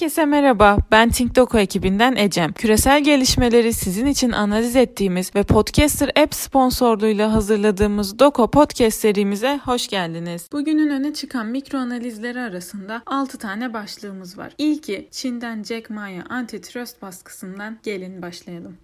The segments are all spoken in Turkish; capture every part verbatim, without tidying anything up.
Herkese merhaba, ben ThinkDoco ekibinden Ecem. Küresel gelişmeleri sizin için analiz ettiğimiz ve Podcaster App sponsorluğuyla hazırladığımız Doco Podcast serimize hoş geldiniz. Bugünün öne çıkan mikro analizleri arasında altı tane başlığımız var. İlki Çin'den Jack Ma'ya antitrust baskısından. Gelin başlayalım.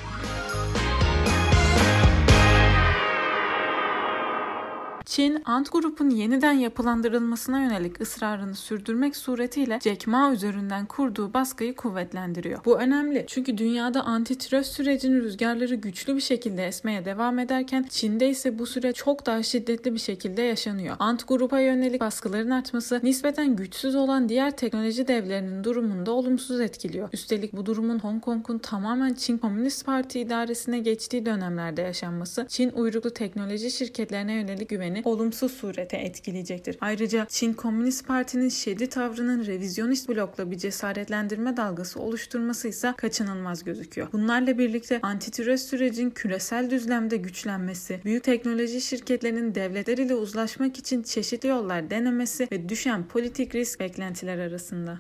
Çin, Ant Group'un yeniden yapılandırılmasına yönelik ısrarını sürdürmek suretiyle Jack Ma üzerinden kurduğu baskıyı kuvvetlendiriyor. Bu önemli çünkü dünyada antitrust sürecinin rüzgarları güçlü bir şekilde esmeye devam ederken Çin'de ise bu süreç çok daha şiddetli bir şekilde yaşanıyor. Ant Group'a yönelik baskıların artması nispeten güçsüz olan diğer teknoloji devlerinin durumunu da olumsuz etkiliyor. Üstelik bu durumun Hong Kong'un tamamen Çin Komünist Parti idaresine geçtiği dönemlerde yaşanması Çin uyruklu teknoloji şirketlerine yönelik güveni olumsuz surete etkileyecektir. Ayrıca Çin Komünist Parti'nin şiddet tavrının revizyonist blokla bir cesaretlendirme dalgası oluşturması ise kaçınılmaz gözüküyor. Bunlarla birlikte antitrust sürecin küresel düzlemde güçlenmesi, büyük teknoloji şirketlerinin devletler ile uzlaşmak için çeşitli yollar denemesi ve düşen politik risk beklentiler arasında.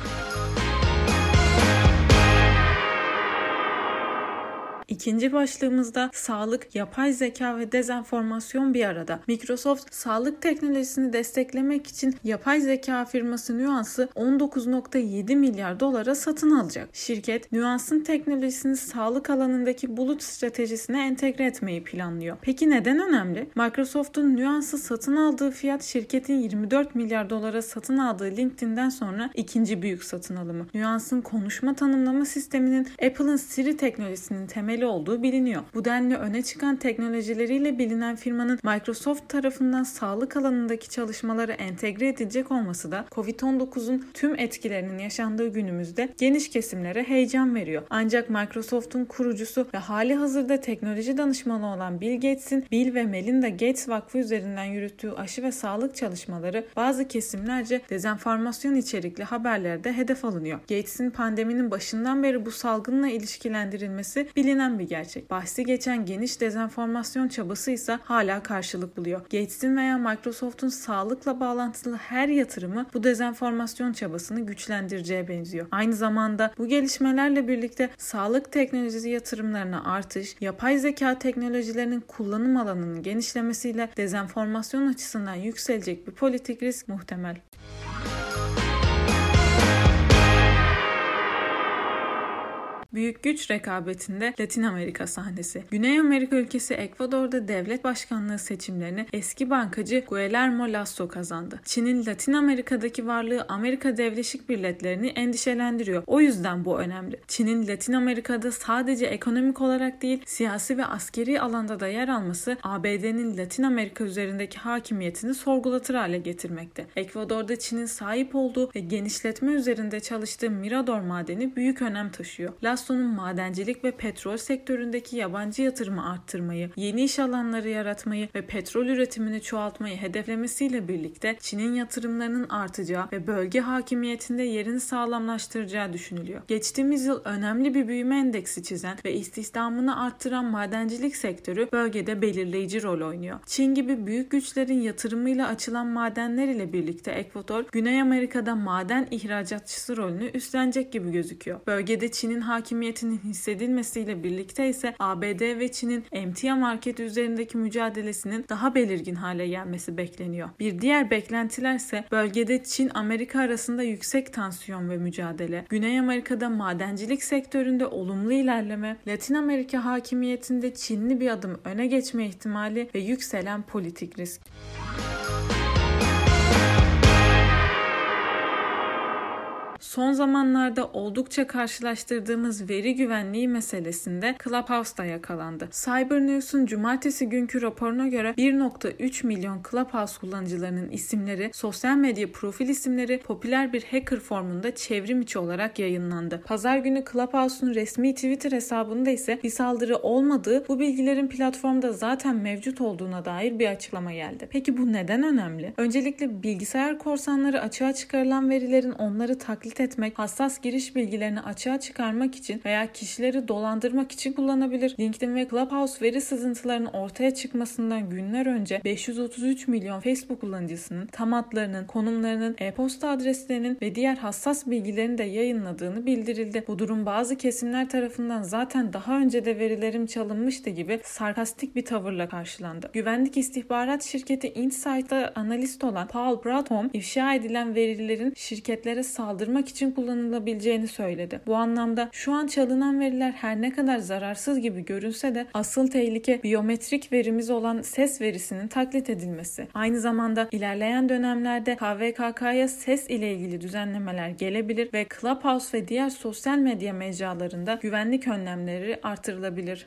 İkinci başlığımızda sağlık, yapay zeka ve dezenformasyon bir arada. Microsoft, sağlık teknolojisini desteklemek için yapay zeka firması Nuance'ı on dokuz virgül yedi milyar dolara satın alacak. Şirket, Nuance'ın teknolojisini sağlık alanındaki bulut stratejisine entegre etmeyi planlıyor. Peki neden önemli? Microsoft'un Nuance'ı satın aldığı fiyat şirketin yirmi dört milyar dolara satın aldığı LinkedIn'den sonra ikinci büyük satın alımı. Nuance'ın konuşma tanımlama sisteminin Apple'ın Siri teknolojisinin temeli olduğu biliniyor. Bu denli öne çıkan teknolojileriyle bilinen firmanın Microsoft tarafından sağlık alanındaki çalışmaları entegre edilecek olması da kovid on dokuzun tüm etkilerinin yaşandığı günümüzde geniş kesimlere heyecan veriyor. Ancak Microsoft'un kurucusu ve hali hazırda teknoloji danışmanı olan Bill Gates'in Bill ve Melinda Gates Vakfı üzerinden yürüttüğü aşı ve sağlık çalışmaları bazı kesimlerce dezenformasyon içerikli haberlerde hedef alınıyor. Gates'in pandeminin başından beri bu salgınla ilişkilendirilmesi bilinen bir gerçek. Bahsi geçen geniş dezenformasyon çabası ise hala karşılık buluyor. Gates'in veya Microsoft'un sağlıkla bağlantılı her yatırımı bu dezenformasyon çabasını güçlendireceğe benziyor. Aynı zamanda bu gelişmelerle birlikte sağlık teknolojisi yatırımlarına artış, yapay zeka teknolojilerinin kullanım alanının genişlemesiyle dezenformasyon açısından yükselecek bir politik risk muhtemel. Büyük güç rekabetinde Latin Amerika sahnesi. Güney Amerika ülkesi Ekvador'da devlet başkanlığı seçimlerini eski bankacı Guillermo Lasso kazandı. Çin'in Latin Amerika'daki varlığı Amerika Birleşik Devletleri'ni endişelendiriyor. O yüzden bu önemli. Çin'in Latin Amerika'da sadece ekonomik olarak değil, siyasi ve askeri alanda da yer alması A B D'nin Latin Amerika üzerindeki hakimiyetini sorgulatır hale getirmekte. Ekvador'da Çin'in sahip olduğu ve genişletme üzerinde çalıştığı Mirador madeni büyük önem taşıyor. Lasso'nun madencilik ve petrol sektöründeki yabancı yatırımı arttırmayı, yeni iş alanları yaratmayı ve petrol üretimini çoğaltmayı hedeflemesiyle birlikte Çin'in yatırımlarının artacağı ve bölge hakimiyetinde yerini sağlamlaştıracağı düşünülüyor. Geçtiğimiz yıl önemli bir büyüme endeksi çizen ve istihdamını arttıran madencilik sektörü bölgede belirleyici rol oynuyor. Çin gibi büyük güçlerin yatırımıyla açılan madenler ile birlikte Ekvador, Güney Amerika'da maden ihracatçısı rolünü üstlenecek gibi gözüküyor. Bölgede Çin'in hakimiyetinin hissedilmesiyle birlikte ise A B D ve Çin'in emtia marketi üzerindeki mücadelesinin daha belirgin hale gelmesi bekleniyor. Bir diğer beklentiler ise bölgede Çin-Amerika arasında yüksek tansiyon ve mücadele, Güney Amerika'da madencilik sektöründe olumlu ilerleme, Latin Amerika hakimiyetinde Çinli bir adım öne geçme ihtimali ve yükselen politik risk. Son zamanlarda oldukça karşılaştırdığımız veri güvenliği meselesinde Clubhouse'da yakalandı. Cybernews'un cumartesi günkü raporuna göre bir virgül üç milyon Clubhouse kullanıcılarının isimleri, sosyal medya profil isimleri popüler bir hacker formunda çevrim içi olarak yayınlandı. Pazar günü Clubhouse'un resmi Twitter hesabında ise bir saldırı olmadığı, bu bilgilerin platformda zaten mevcut olduğuna dair bir açıklama geldi. Peki bu neden önemli? Öncelikle bilgisayar korsanları açığa çıkarılan verilerin onları taklit tespit etmek, hassas giriş bilgilerini açığa çıkarmak için veya kişileri dolandırmak için kullanabilir. LinkedIn ve Clubhouse veri sızıntılarının ortaya çıkmasından günler önce beş yüz otuz üç milyon Facebook kullanıcısının tam adlarının, konumlarının, e-posta adreslerinin ve diğer hassas bilgilerini de yayınladığını bildirildi. Bu durum bazı kesimler tarafından zaten daha önce de verilerim çalınmıştı gibi sarkastik bir tavırla karşılandı. Güvenlik istihbarat şirketi Insight'ta analist olan Paul Bradholm, ifşa edilen verilerin şirketlere saldırmak için kullanılabileceğini söyledi. Bu anlamda şu an çalınan veriler her ne kadar zararsız gibi görünse de asıl tehlike biyometrik verimiz olan ses verisinin taklit edilmesi. Aynı zamanda ilerleyen dönemlerde K V K K'ya ses ile ilgili düzenlemeler gelebilir ve Clubhouse ve diğer sosyal medya mecralarında güvenlik önlemleri artırılabilir.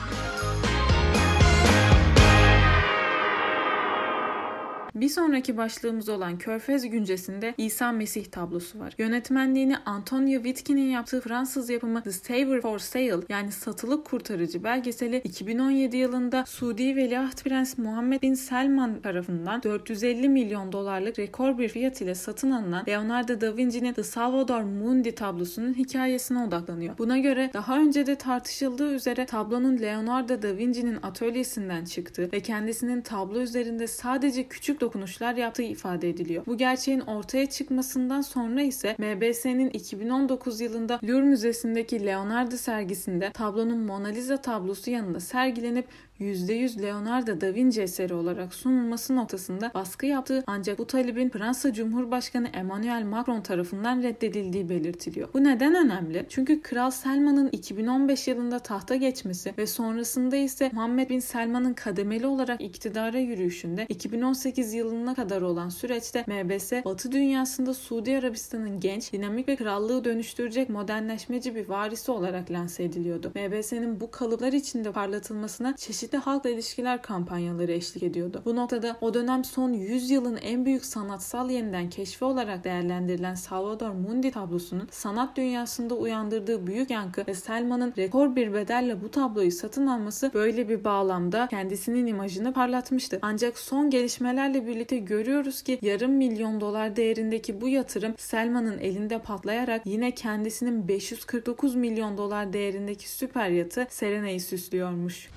Bir sonraki başlığımız olan Körfez Güncesi'nde İsa Mesih tablosu var. Yönetmenliğini Antonio Witkin'in yaptığı Fransız yapımı The Saver for Sale yani satılık kurtarıcı belgeseli iki bin on yedi yılında Suudi Veliaht Prens Muhammed bin Selman tarafından dört yüz elli milyon dolarlık rekor bir fiyat ile satın alınan Leonardo da Vinci'nin The Salvator Mundi tablosunun hikayesine odaklanıyor. Buna göre daha önce de tartışıldığı üzere tablonun Leonardo da Vinci'nin atölyesinden çıktığı ve kendisinin tablo üzerinde sadece küçük dokunuşlar yaptığı ifade ediliyor. Bu gerçeğin ortaya çıkmasından sonra ise M B S'nin iki bin on dokuz yılında Louvre Müzesi'ndeki Leonardo sergisinde tablonun Mona Lisa tablosu yanında sergilenip yüzde yüz Leonardo da Vinci eseri olarak sunulması noktasında baskı yaptığı ancak bu talebin Fransa Cumhurbaşkanı Emmanuel Macron tarafından reddedildiği belirtiliyor. Bu neden önemli? Çünkü Kral Selman'ın iki bin on beş yılında tahta geçmesi ve sonrasında ise Muhammed bin Selman'ın kademeli olarak iktidara yürüyüşünde iki bin on sekiz yılına kadar olan süreçte M B S, Batı dünyasında Suudi Arabistan'ın genç, dinamik ve krallığı dönüştürecek modernleşmeci bir varisi olarak lanse ediliyordu. M B S'nin bu kalıplar içinde parlatılmasına çeşitli halkla ilişkiler kampanyaları eşlik ediyordu. Bu noktada o dönem son yüz yılın en büyük sanatsal yeniden keşfi olarak değerlendirilen Salvator Mundi tablosunun sanat dünyasında uyandırdığı büyük yankı ve Selman'ın rekor bir bedelle bu tabloyu satın alması böyle bir bağlamda kendisinin imajını parlatmıştı. Ancak son gelişmelerle birlikte görüyoruz ki yarım milyon dolar değerindeki bu yatırım Selman'ın elinde patlayarak yine kendisinin beş yüz kırk dokuz milyon dolar değerindeki süper yatı Serena'yı süslüyormuş.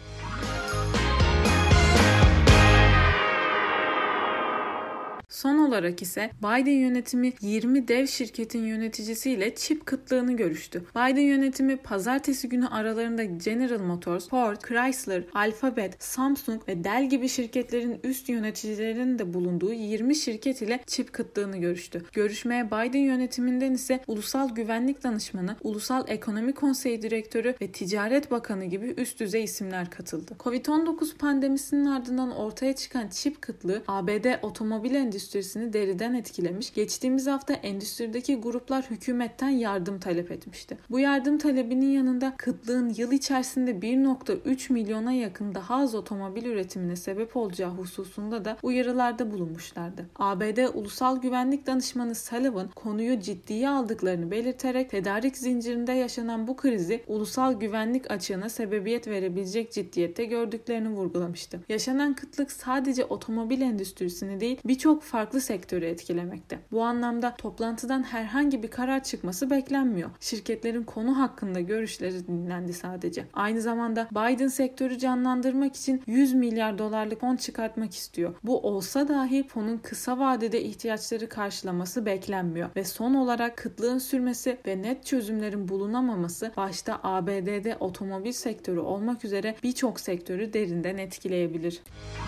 Son olarak ise Biden yönetimi yirmi dev şirketin yöneticisiyle çip kıtlığını görüştü. Biden yönetimi pazartesi günü aralarında General Motors, Ford, Chrysler, Alphabet, Samsung ve Dell gibi şirketlerin üst yöneticilerinin de bulunduğu yirmi şirket ile çip kıtlığını görüştü. Görüşmeye Biden yönetiminden ise Ulusal Güvenlik Danışmanı, Ulusal Ekonomi Konseyi Direktörü ve Ticaret Bakanı gibi üst düzey isimler katıldı. kovid on dokuz pandemisinin ardından ortaya çıkan çip kıtlığı A B D otomobil endüstrisini deriden etkilemiş. Geçtiğimiz hafta endüstrideki gruplar hükümetten yardım talep etmişti. Bu yardım talebinin yanında kıtlığın yıl içerisinde bir nokta üç milyona yakın daha az otomobil üretimine sebep olacağı hususunda da uyarılarda bulunmuşlardı. A B D Ulusal Güvenlik Danışmanı Sullivan konuyu ciddiye aldıklarını belirterek tedarik zincirinde yaşanan bu krizi ulusal güvenlik açığına sebebiyet verebilecek ciddiyette gördüklerini vurgulamıştı. Yaşanan kıtlık sadece otomobil endüstrisini değil birçok farklı sektörü etkilemekte. Bu anlamda toplantıdan herhangi bir karar çıkması beklenmiyor. Şirketlerin konu hakkında görüşleri dinlendi sadece. Aynı zamanda Biden sektörü canlandırmak için yüz milyar dolarlık fon çıkartmak istiyor. Bu olsa dahi fonun kısa vadede ihtiyaçları karşılaması beklenmiyor ve son olarak kıtlığın sürmesi ve net çözümlerin bulunamaması başta A B D'de otomobil sektörü olmak üzere birçok sektörü derinden etkileyebilir.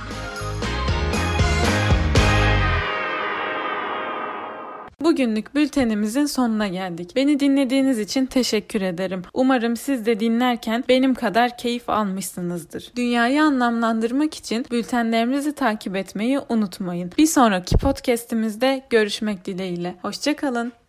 Bugünlük bültenimizin sonuna geldik. Beni dinlediğiniz için teşekkür ederim. Umarım siz de dinlerken benim kadar keyif almışsınızdır. Dünyayı anlamlandırmak için bültenlerimizi takip etmeyi unutmayın. Bir sonraki podcast'imizde görüşmek dileğiyle. Hoşça kalın.